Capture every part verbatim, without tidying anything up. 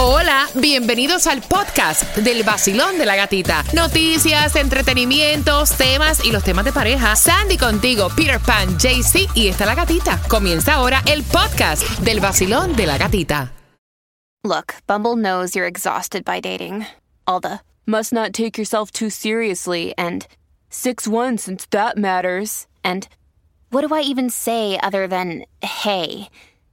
Hola, bienvenidos al podcast del Vacilón de la Gatita. Noticias, entretenimientos, temas y los temas de pareja. Sandy contigo, Peter Pan, J C y está la gatita. Comienza ahora el podcast del Vacilón de la Gatita. Look, Bumble knows you're exhausted by dating. All the must not take yourself too seriously and six one since that matters. And what do I even say other than hey?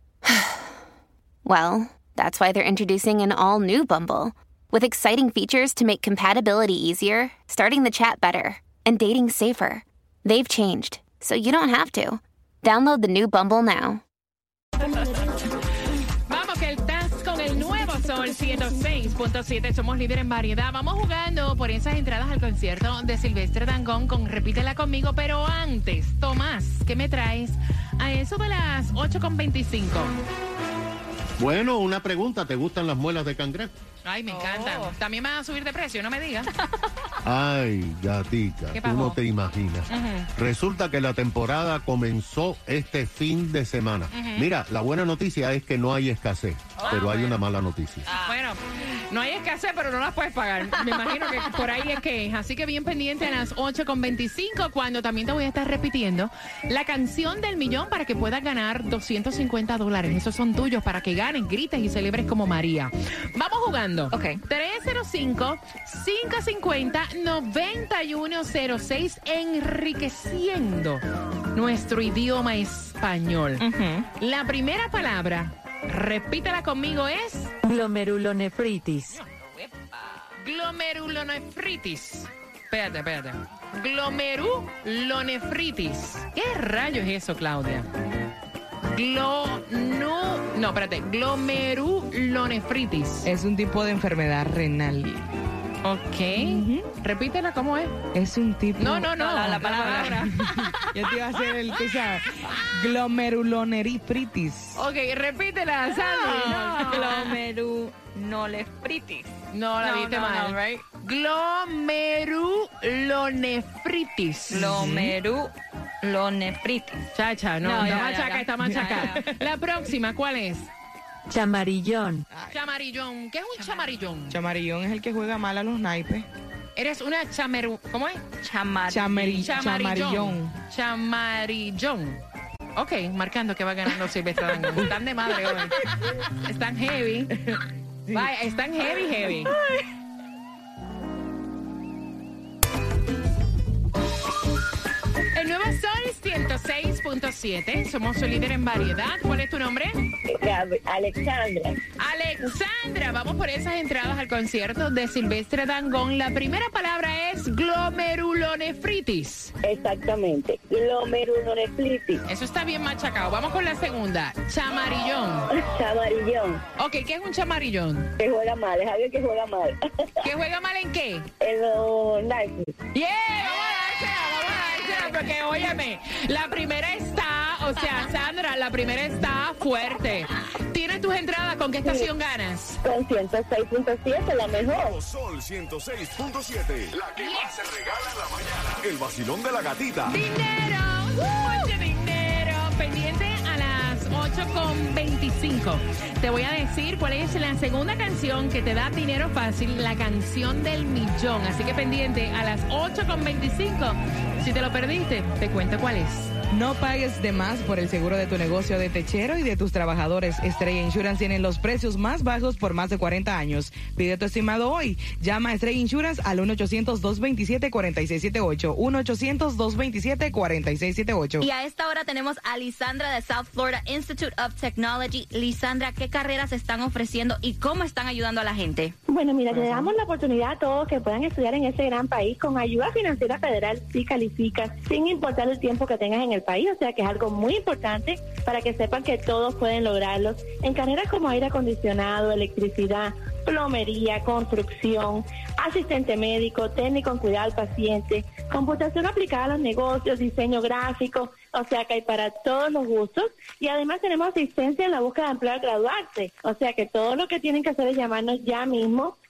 Well, that's why they're introducing an all-new Bumble with exciting features to make compatibility easier, starting the chat better, and dating safer. They've changed, so you don't have to. Download the new Bumble now. Vamos que estás con el nuevo Sol ciento seis punto siete. Somos líderes en variedad. Vamos jugando por esas entradas al concierto de Silvestre Dangond con Repítela Conmigo. Pero antes, Tomás, ¿qué me traes a eso de las ocho con veinticinco? Bueno, una pregunta, ¿te gustan las muelas de cangrejo? Ay, me encantan. Oh. También van a subir de precio, no me digas. Ay, gatica, tú no te imaginas. Uh-huh. Resulta que la temporada comenzó este fin de semana. Uh-huh. Mira, la buena noticia es que no hay escasez, oh, pero bueno. Hay una mala noticia. Ah. Bueno, no hay escasez, pero no las puedes pagar. Me imagino que por ahí es que es. Así que bien pendiente a las ocho con veinticinco, cuando también te voy a estar repitiendo la canción del millón para que puedas ganar doscientos cincuenta dólares. Esos son tuyos para que ganes, grites y celebres como María. Vamos jugando. Okay. tres cero cinco, cinco cinco cero, nueve uno cero seis, enriqueciendo nuestro idioma español. Uh-huh. La primera palabra, repítela conmigo, es glomerulonefritis. Glomerulonefritis. Espérate, espérate. Glomerulonefritis. ¿Qué rayos es eso, Claudia? Glo... No, no, espérate. Glomerulonefritis. Es un tipo de enfermedad renal. Ok. Uh-huh. Repítela, ¿cómo es? Es un tipo... No, no, no. La, la palabra. Yo te iba a hacer el que sea glomerulonefritis. Ok, repítela, Sandy. No. Glomerulonefritis. No, la no, viste no, mal. No, right? Glomerulonefritis. Glomeru... Lonefritis. Chacha, no, no está ya, machaca, ya, ya. está machaca. Ya, ya. La próxima, ¿cuál es? Chamarillón. Chamarillón. ¿Qué es un chamarillón? Chamarillón es el que juega mal a los naipes. Eres una chameru... ¿Cómo es? Chamar... Chameri... Chamarillón. Chamarillón. Ok, marcando que va ganando Silvestre Dangond. Están de madre hoy. Están heavy. Sí. Vaya, están heavy, heavy. El nuevo Sol ciento seis punto siete. Somos su líder en variedad. ¿Cuál es tu nombre? Alexandra. Alexandra, vamos por esas entradas al concierto de Silvestre Dangond. La primera palabra es glomerulonefritis. Exactamente, glomerulonefritis. Eso está bien machacado. Vamos con la segunda. Chamarillón. Chamarillón. Ok, ¿qué es un chamarillón? Que juega mal, es alguien que juega mal. ¿Que juega mal en qué? En los naipes. ¡Yeah! Vamos a dársela, vamos a dársela, porque óyeme, la primera está, o sea, Sandra, la primera está fuerte. ¿Tienes tus entradas? ¿Con qué estación sí. ganas? Con ciento seis punto siete, la mejor. Sol ciento seis punto siete, la que yes. más se regala en la mañana. El vacilón de la gatita. ¡Dinero! ¡Mucho dinero! Pendiente a las ocho con veinticinco. Te voy a decir cuál es la segunda canción que te da dinero fácil, la canción del millón. Así que pendiente a las ocho con veinticinco. Si te lo perdiste, te cuento cuál es. No pagues de más por el seguro de tu negocio de techero y de tus trabajadores. Estrella Insurance tiene los precios más bajos por más de cuarenta años. Pide tu estimado hoy. Llama a Estrella Insurance al uno ochocientos, dos veintisiete, cuarenta y seis setenta y ocho. uno ochocientos, dos veintisiete, cuarenta y seis setenta y ocho. Y a esta hora tenemos a Lisandra de South Florida Institute of Technology. Lisandra, ¿qué carreras están ofreciendo y cómo están ayudando a la gente? Bueno, mira, le damos la oportunidad a todos que puedan estudiar en ese gran país con ayuda financiera federal si calificas, sin importar el tiempo que tengas en el país, o sea que es algo muy importante para que sepan que todos pueden lograrlo en carreras como aire acondicionado, electricidad, plomería, construcción, asistente médico, técnico en cuidado al paciente, computación aplicada a los negocios, diseño gráfico, o sea que hay para todos los gustos, y además tenemos asistencia en la búsqueda de empleo al graduarse, o sea que todo lo que tienen que hacer es llamarnos ya mismo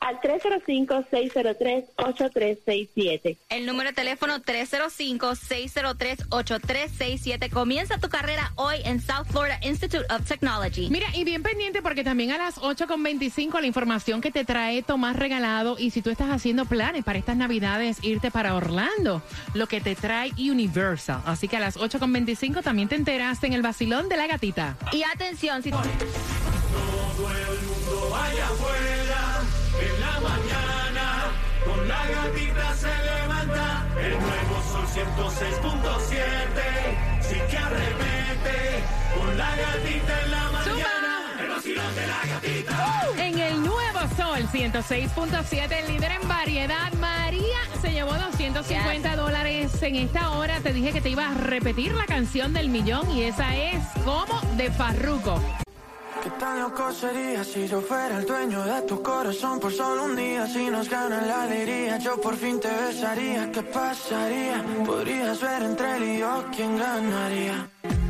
al tres cero cinco, seis cero tres, ocho tres seis siete. El número de teléfono tres cero cinco, seis cero tres, ocho tres seis siete. Comienza tu carrera hoy en South Florida Institute of Technology. Mira, y bien pendiente porque también a las ocho con veinticinco la información que te trae Tomás Regalado, y si tú estás haciendo planes para estas navidades, irte para Orlando, lo que te trae Universal. Así que a las ocho con veinticinco también te enteraste en el vacilón de la gatita. Y atención, si... Todo el mundo vaya afuera, en la mañana, con la gatita se levanta, el nuevo Sol ciento seis punto siete, sí que arremete, con la gatita en la mañana, el vacilón de la gatita. Uh, en el nuevo Sol ciento seis punto siete, el líder en variedad, María se llevó doscientos cincuenta dólares en esta hora. Te dije que te iba a repetir la canción del millón y esa es Como de Farruko. ¿Qué tan loco sería si yo fuera el dueño de tu corazón por solo un día? Si nos ganan la alegría, yo por fin te besaría. ¿Qué pasaría? Podrías ver entre él y yo quién ganaría.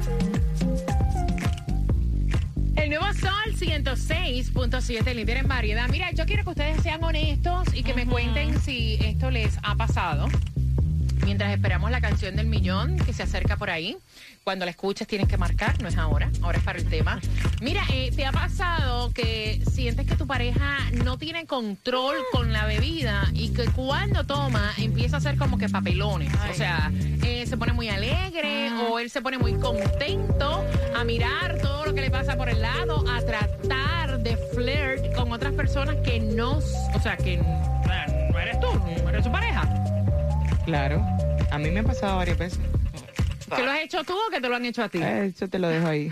El nuevo Sol ciento seis punto siete, líder en variedad. Mira, yo quiero que ustedes sean honestos y que uh-huh. me cuenten si esto les ha pasado. Mientras esperamos la canción del millón que se acerca por ahí. Cuando la escuches tienes que marcar, no es ahora, ahora es para el tema. Mira, eh, ¿te ha pasado que sientes que tu pareja no tiene control con la bebida y que cuando toma empieza a hacer como que papelones? Ay. O sea, eh, se pone muy alegre ah. o él se pone muy contento a mirar todo lo que le pasa por el lado, a tratar de flirt con otras personas que no, o sea, que no eres tú, no eres su pareja. Claro, a mí me ha pasado varias veces. ¿Que lo has hecho tú o que te lo han hecho a ti? Eso te lo dejo ahí.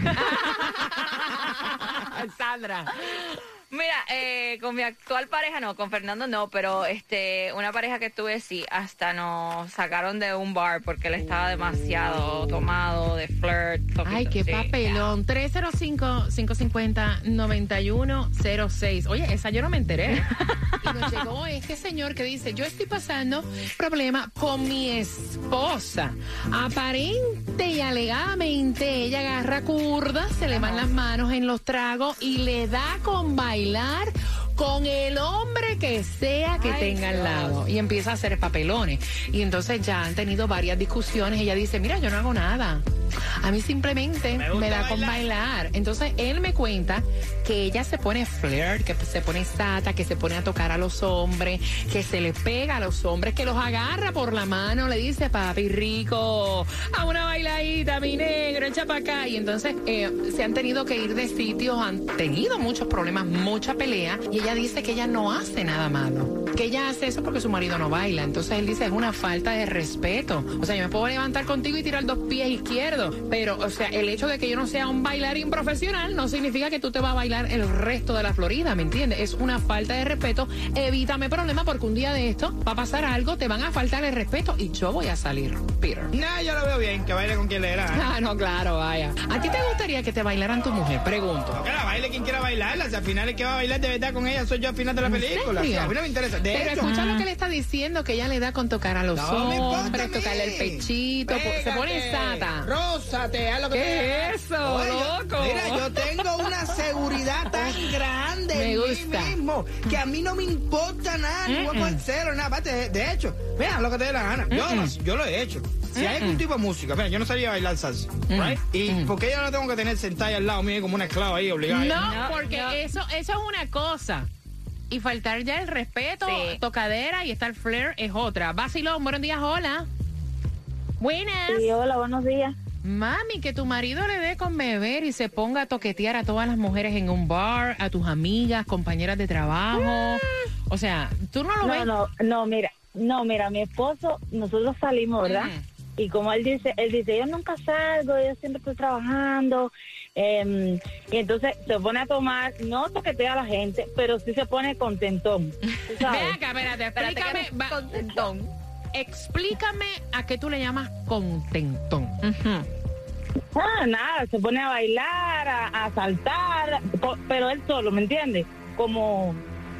Sandra. Mira, eh, con mi actual pareja no, con Fernando no, pero este, una pareja que tuve sí, hasta nos sacaron de un bar porque él estaba demasiado tomado, de flirt. Toquito, Ay, qué sí, papelón. Yeah. tres cero cinco, cinco cinco cero, nueve uno cero seis. Oye, esa yo no me enteré. Y nos llegó este señor que dice, yo estoy pasando problema con mi esposa. Aparente y alegadamente ella agarra curda, se le van las manos en los tragos y le da con bailar con el hombre que sea que Ay, tenga al lado. Y empieza a hacer papelones. Y entonces ya han tenido varias discusiones. Ella dice, mira, yo no hago nada. A mí simplemente me, me da bailar. con bailar. Entonces él me cuenta que ella se pone flirt, que se pone sata, que se pone a tocar a los hombres, que se le pega a los hombres, que los agarra por la mano, le dice, papi rico, a una bailadita, mi negro, echa para acá. Y entonces eh, se han tenido que ir de sitios, han tenido muchos problemas, mucha pelea. Y ella dice que ella no hace nada malo, que ella hace eso porque su marido no baila. Entonces él dice, es una falta de respeto. O sea, yo me puedo levantar contigo y tirar dos pies izquierdos, pero, o sea, el hecho de que yo no sea un bailarín profesional no significa que tú te vas a bailar el resto de la Florida, ¿me entiendes? Es una falta de respeto. Evítame problemas porque un día de esto va a pasar algo, te van a faltar el respeto y yo voy a salir, Peter. No, yo lo veo bien, que baile con quien le dé la gana. Ah, no, claro, vaya. ¿A ti te gustaría que te bailaran tu mujer? Pregunto. No, que la baile quien quiera bailarla, si al final el que va a bailar de verdad con ella soy yo al final de la película. Sí, a mí no me interesa. De Pero hecho, escucha lo que le está diciendo, que ella le da con tocar a los no hombres, tocarle el pechito, Pégate, se pone sata. Rózate, haz lo que ¿Qué es eso, Oye, loco? Mira, yo tengo una seguridad tan grande me en gusta. mí mismo que a mí no me importa nada, mm -mm. ni voy a coger cero, nada. Aparte, de, de hecho, mira lo que te dé la gana. Mm -mm. Yo, yo lo he hecho. Si mm -mm. hay algún tipo de música, mira, yo no salía a bailar salsa, mm -mm. right? Y mm -mm. porque yo no tengo que tener sentada al lado mío como una esclava ahí obligada. No, no porque no. Eso, eso es una cosa. Y faltar ya el respeto, sí. tocadera y estar flair es otra. Vacilón, buenos días, hola. Buenas. Sí, hola, buenos días. Mami, que tu marido le dé con beber y se ponga a toquetear a todas las mujeres en un bar, a tus amigas, compañeras de trabajo. Mm. O sea, ¿tú no lo no, ves? No, no, mira, no, mira, mi esposo, nosotros salimos, ¿verdad? Mm. Y como él dice, él dice, yo nunca salgo, yo siempre estoy trabajando. Eh, y entonces se pone a tomar, no toquetea a la gente, pero sí se pone contentón. Ven acá, espérate, explícame. Espérate, contentón. Explícame a qué tú le llamas contentón. Uh-huh. Ah, nada, se pone a bailar, a, a saltar, pero él solo, ¿me entiendes? Como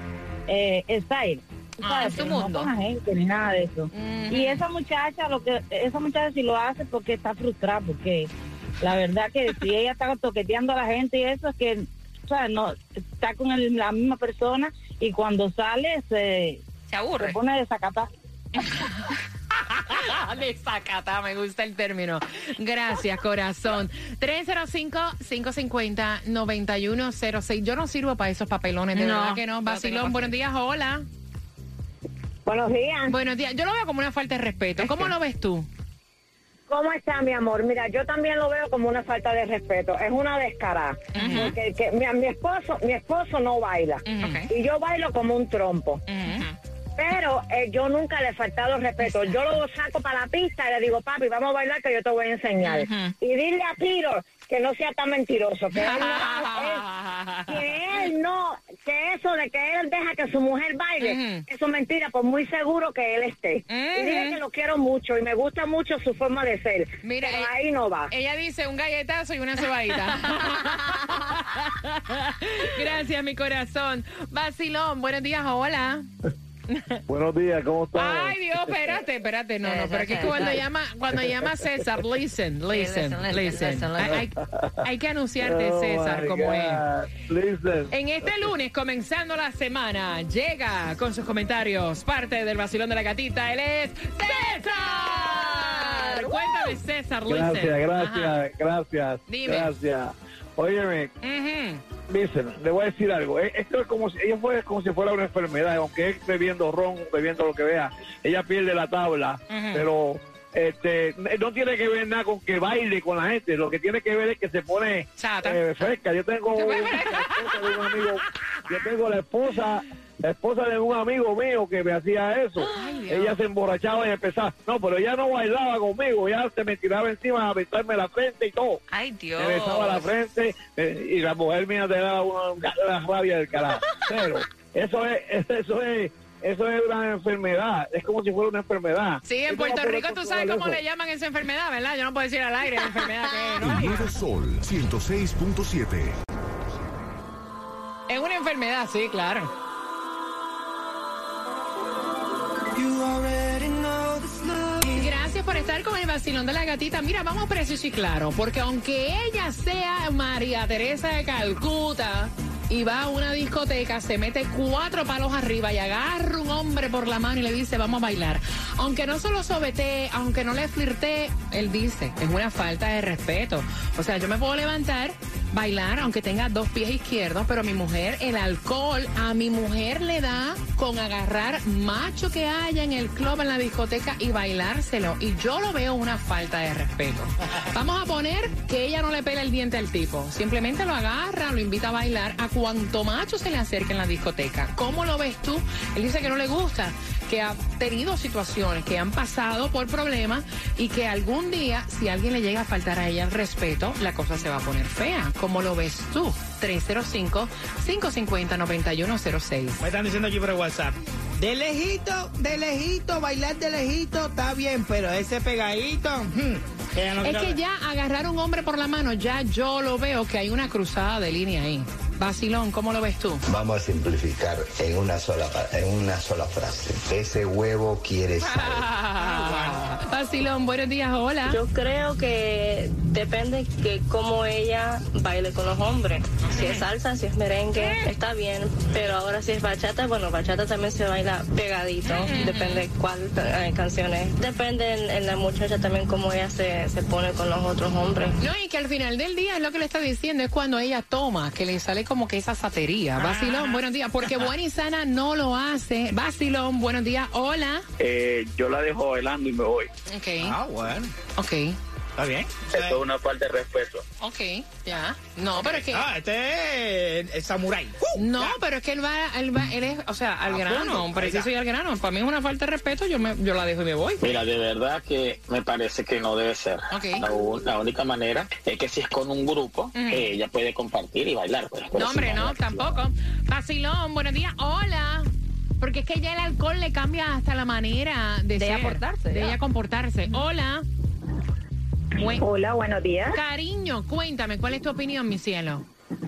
eh, style. Ah, en su mundo. No con la gente ni nada de eso. Uh-huh. Y esa muchacha, lo que esa muchacha sí lo hace porque está frustrada, porque la verdad que si ella está toqueteando a la gente y eso es que sea, no, está con el- la misma persona y cuando sale se, se aburre. Se pone desacatar. Desacata, me gusta el término. Gracias, corazón. tres cero cinco, cinco cinco cero, nueve uno cero seis. Yo no sirvo para esos papelones, de No, verdad que no. no Vacilón, tengo buenos días, hola. Buenos días. Buenos días. Yo lo veo como una falta de respeto. ¿Cómo lo ves tú? ¿Cómo está, mi amor? Mira, yo también lo veo como una falta de respeto. Es una descarada. Ujú. Porque que, mi, mi esposo mi esposo no baila. Ujú. Y yo bailo como un trompo. Pero eh, yo nunca le he faltado respeto. Yo lo saco para la pista y le digo, papi, vamos a bailar que yo te voy a enseñar. Ujú. Y dile a Tiro que no sea tan mentiroso, que él no, él- que él no, que eso de que él deja que su mujer baile, Ujú. eso es mentira, por muy seguro que él esté. Y dile que lo quiero mucho y me gusta mucho su forma de ser. Mira, pero eh, ahí no va. Ella dice un galletazo y una sobadita. Gracias, mi corazón. Vacilón, buenos días, hola. Buenos días, ¿cómo estás? Ay, Dios, espérate, espérate. No, no, César, pero aquí César. cuando llama, cuando llama César, listen, listen, listen, listen. listen, Hay, hay- hay que anunciarte, Oh, César, my como es. God. Listen. En este lunes, comenzando la semana, llega con sus comentarios parte del vacilón de la gatita. Él es César. Cuéntame, César, listen. Gracias, gracias, Ajá. gracias. Dime. Gracias. Óyeme, Ujú. dicen, le voy a decir algo. eh, Esto es como si, ella fue como si fuera una enfermedad, aunque es bebiendo ron, bebiendo lo que vea, ella pierde la tabla, Ujú. pero este no tiene que ver nada con que baile con la gente, lo que tiene que ver es que se pone Chata. eh, fresca. Yo tengo Se la pone fresca. esposa de un amigo, yo tengo la esposa la esposa de un amigo mío que me hacía eso. Ay, Dios. Ella se emborrachaba y empezaba, no, pero ella no bailaba conmigo, ella se me tiraba encima a besarme la frente y todo. Ay, Dios. Me besaba la frente eh, y la mujer mía te daba una, una rabia del carajo. Pero eso es, eso es, eso es una enfermedad, es como si fuera una enfermedad. Sí, en Tú no vas Puerto a poder Rico tú sabes controlar cómo eso. le llaman esa enfermedad, ¿verdad? Yo no puedo decir al aire la enfermedad que es, ¿no? El nuevo Sol ciento seis punto siete. Es una enfermedad, sí, claro. Gracias por estar con el vacilón de la gatita. Mira, vamos preciso y claro, porque aunque ella sea María Teresa de Calcuta y va a una discoteca, se mete cuatro palos arriba y agarra un hombre por la mano y le dice, vamos a bailar. Aunque no se lo sobetee, aunque no le flirtee, él dice, es una falta de respeto. O sea, yo me puedo levantar, bailar, aunque tenga dos pies izquierdos, pero mi mujer, el alcohol, a mi mujer le da con agarrar macho que haya en el club, en la discoteca y bailárselo. Y yo lo veo una falta de respeto. Vamos a poner que ella no le pela el diente al tipo. Simplemente lo agarra, lo invita a bailar a cuanto macho se le acerque en la discoteca. ¿Cómo lo ves tú? Él dice que no le gusta, que ha tenido situaciones, que han pasado por problemas y que algún día, si alguien le llega a faltar a ella el respeto, la cosa se va a poner fea. ¿Cómo lo ves tú? tres cero cinco, cinco cinco cero, nueve uno cero seis. Me están diciendo aquí por el WhatsApp. De lejito, de lejito, bailar de lejito está bien, pero ese pegadito. hmm, ella no Es quiere- que ya agarrar a un hombre por la mano, ya yo lo veo que hay una cruzada de línea ahí. Vacilón, ¿cómo lo ves tú? Vamos a simplificar en una sola pa- en una sola frase. Ese huevo quiere sal. Vacilón, buenos días, hola. Yo creo que depende que cómo ella baile con los hombres. Si es salsa, si es merengue, está bien. Pero ahora si es bachata, bueno, bachata también se baila pegadito. Depende cuál eh, canciones. Depende en, en la muchacha también cómo ella se, se pone con los otros hombres. No, y que al final del día es lo que le está diciendo, es cuando ella toma, que le sale como que esa satería. Vacilón, buenos días, porque buena y sana no lo hace. Vacilón, buenos días, hola. Eh, yo la dejo bailando y me voy. Ok. Ah, bueno. Ok. Está bien. Eso es una falta de respeto. Ok, ya. No, pero es que... Ah, este es el samurái. No, pero es que él va, él va, él es, o sea, al grano, preciso y al grano. Para mí es una falta de respeto, yo me, yo la dejo y me voy. Mira, de verdad que me parece que no debe ser. Ok. La, u- la única manera es que si es con un grupo, Ujú. eh, ella puede compartir y bailar. Pues, pero No, si hombre, no, tampoco. Vacilón, buenos días, hola. Porque es que ya el alcohol le cambia hasta la manera de, De ella ser, portarse, de ya. ella comportarse. Hola. Buen- Hola, buenos días. Cariño, cuéntame, ¿cuál es tu opinión, mi cielo?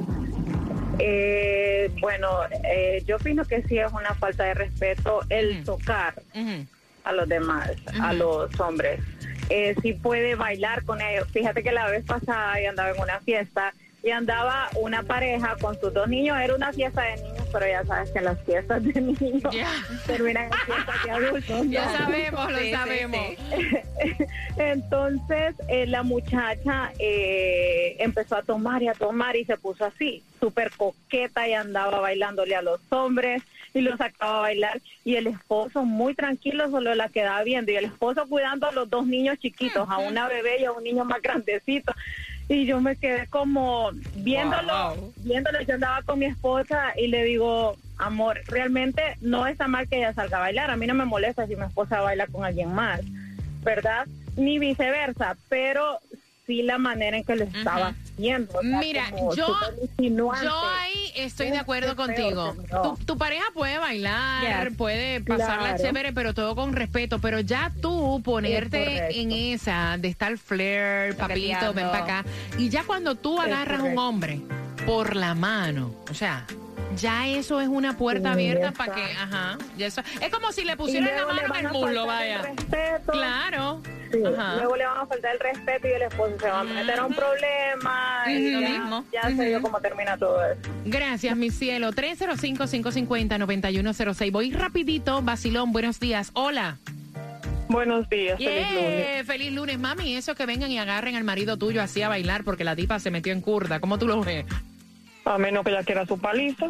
Eh, bueno, eh, yo opino que sí es una falta de respeto el tocar Ujú. a los demás, a los hombres. Eh, sí puede bailar con ellos. Fíjate que la vez pasada yo andaba en una fiesta y andaba una pareja con sus dos niños. Era una fiesta de niños, pero ya sabes que las fiestas de niños yeah. terminan en fiestas de adultos. Ya ¿no? sabemos, lo sí, sabemos. Sí, sí. Entonces, eh, la muchacha eh, empezó a tomar y a tomar y se puso así, súper coqueta, y andaba bailándole a los hombres y los sacaba a bailar. Y el esposo muy tranquilo solo la quedaba viendo, y el esposo cuidando a los dos niños chiquitos, a una bebé y a un niño más grandecito. Y yo me quedé como viéndolo, wow. viéndolo, yo andaba con mi esposa y le digo, amor, realmente no está mal que ella salga a bailar, a mí no me molesta si mi esposa baila con alguien más, ¿verdad? Ni viceversa, pero sí la manera en que lo estaba uh-huh. haciendo. O sea, mira, yo, yo ahí estoy de acuerdo contigo. Tu, tu pareja puede bailar, yes. puede pasarla claro. chévere, pero todo con respeto. Pero ya tú ponerte en esa de estar flirt, papito, ven para acá. Y ya cuando tú agarras a un hombre por la mano, o sea, ya eso es una puerta sí, abierta para que, ajá, ya eso, es como si le pusieran la mano en el muslo, vaya. Claro. Sí, luego le van a faltar el respeto y el esposo se va a meter a un problema. Es y lo ya, mismo. Ya uh-huh. sé yo cómo termina todo eso. Gracias, mi cielo. tres cero cinco, cinco cinco cero, nueve uno cero seis. Voy rapidito. Vacilón, buenos días. Hola. Buenos días, yeah, feliz lunes. Feliz lunes, mami. Eso que vengan y agarren al marido tuyo así a bailar porque la tipa se metió en curda. ¿Cómo tú lo ves? A menos que ella quiera su paliza.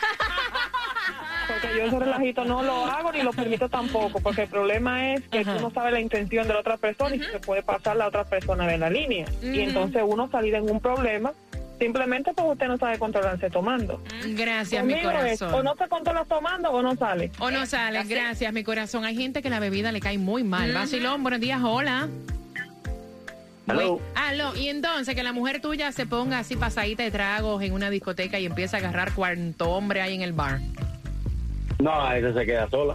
Porque yo ese relajito no lo hago ni lo permito tampoco, porque el problema es que uh-huh. tú no sabes la intención de la otra persona uh-huh. y se puede pasar la otra persona de la línea. Uh-huh. Y entonces uno salir en un problema simplemente porque usted no sabe controlarse tomando. Gracias, Conmigo mi corazón. Es, o no se controla tomando o no sale. O no sale, gracias, mi corazón. Hay gente que la bebida le cae muy mal. Uh-huh. Vacilón, buenos días, hola. Aló. Aló, y entonces que la mujer tuya se ponga así pasadita de tragos en una discoteca y empieza a agarrar cuarto hombre ahí en el bar. No, ella se queda sola.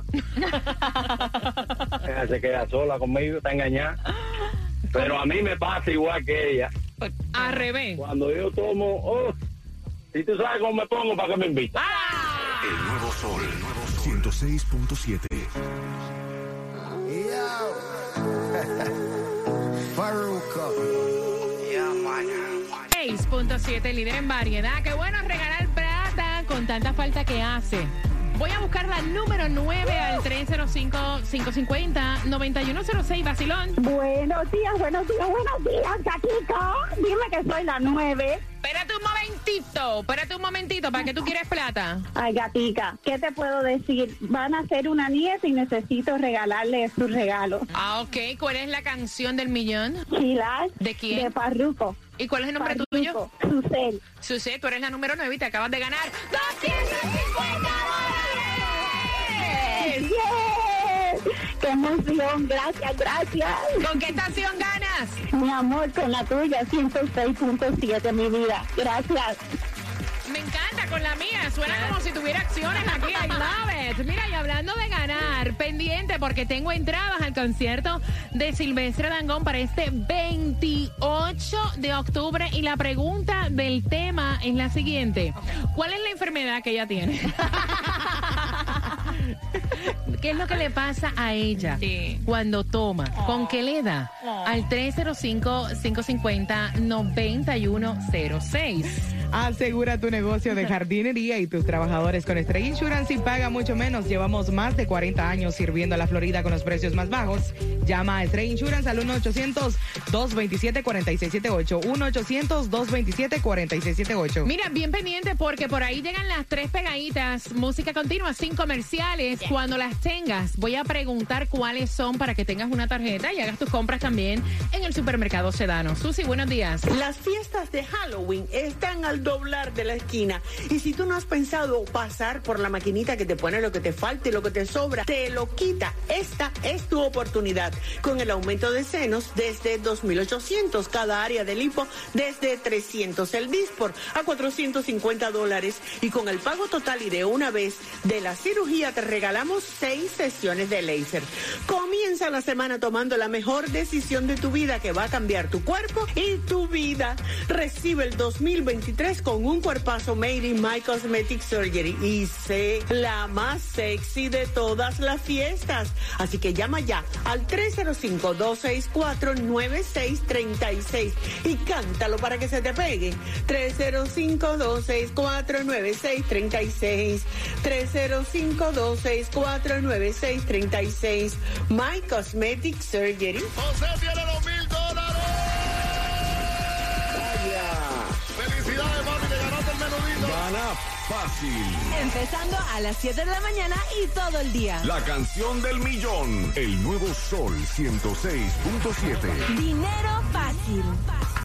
Ella se queda sola conmigo, está engañada. Pero a mí me pasa igual que ella. Al revés. Cuando yo tomo, oh, si tú sabes cómo me pongo, ¿para qué me invitas? ¡Ah! El nuevo Sol, el nuevo Sol. ciento seis punto siete. seis punto siete, líder en variedad. Qué bueno regalar plata con tanta falta que hace. Voy a buscar la número nueve al tres cero cinco, cinco cinco cero, nueve uno cero seis, vacilón. Buenos días, buenos días, buenos días, gatito. Dime que soy la nueve. Espérate un momentito, espérate un momentito, ¿para qué tú quieres plata? Ay, gatica, ¿qué te puedo decir? Van a hacer una nieta y necesito regalarle su regalo. Ah, ok. ¿Cuál es la canción del millón? Chilas. ¿De quién? De Farruko. ¿Y cuál es el nombre Farruko. tuyo? Susel. Susel, tú eres la número nueve y te acabas de ganar doscientos cincuenta dólares. ¡Yeah! ¡Qué emoción! Gracias, gracias. ¿Con qué estación ganas? Mi amor, con la tuya, ciento seis punto siete, mi vida. Gracias. Me encanta con la mía. Suena como si tuviera acciones aquí. I love it. Mira, y hablando de ganar, pendiente porque tengo entradas al concierto de Silvestre Dangond para este veintiocho de octubre. Y la pregunta del tema es la siguiente. ¿Cuál es la enfermedad que ella tiene? ¿Qué es lo que le pasa a ella sí. cuando toma? Oh. ¿Con qué le da? Oh. Al tres cero cinco, cinco cinco cero, nueve uno cero seis. Asegura tu negocio de jardinería y tus trabajadores con Estrella Insurance y paga mucho menos. Llevamos más de cuarenta años sirviendo a la Florida con los precios más bajos. Llama a Estrella Insurance al uno ochocientos, dos veintisiete, cuarenta y seis setenta y ocho. uno ochocientos, dos veintisiete, cuarenta y seis setenta y ocho. Mira, bien pendiente porque por ahí llegan las tres pegaditas. Música continua sin comerciales. Yeah. Cuando las tengas, voy a preguntar cuáles son para que tengas una tarjeta y hagas tus compras también en el supermercado Sedano. Susi, buenos días. Las fiestas de Halloween están al doblar de la esquina. Y si tú no has pensado pasar por la maquinita que te pone lo que te falta y lo que te sobra, te lo quita. Esta es tu oportunidad. Con el aumento de senos desde dos mil ochocientos, cada área de lipo desde trescientos, el Dispor a cuatrocientos cincuenta dólares. Y con el pago total y de una vez de la cirugía te regalamos seis sesiones de láser. Comienza la semana tomando la mejor decisión de tu vida que va a cambiar tu cuerpo y tu vida. Recibe el dos mil veintitrés veintitrés con un cuerpazo made in My Cosmetic Surgery y sé la más sexy de todas las fiestas. Así que llama ya al tres cero cinco, dos seis cuatro, nueve seis tres seis y cántalo para que se te pegue. tres cero cinco, dos seis cuatro, nueve seis tres seis. tres cero cinco, dos seis cuatro, nueve seis tres seis. My Cosmetic Surgery. José tiene los mil dólares. Felicidades, mami, te ganaste el menudito. Gana fácil. Empezando a las siete de la mañana y todo el día. La canción del millón. El nuevo Sol ciento seis punto siete. Dinero fácil.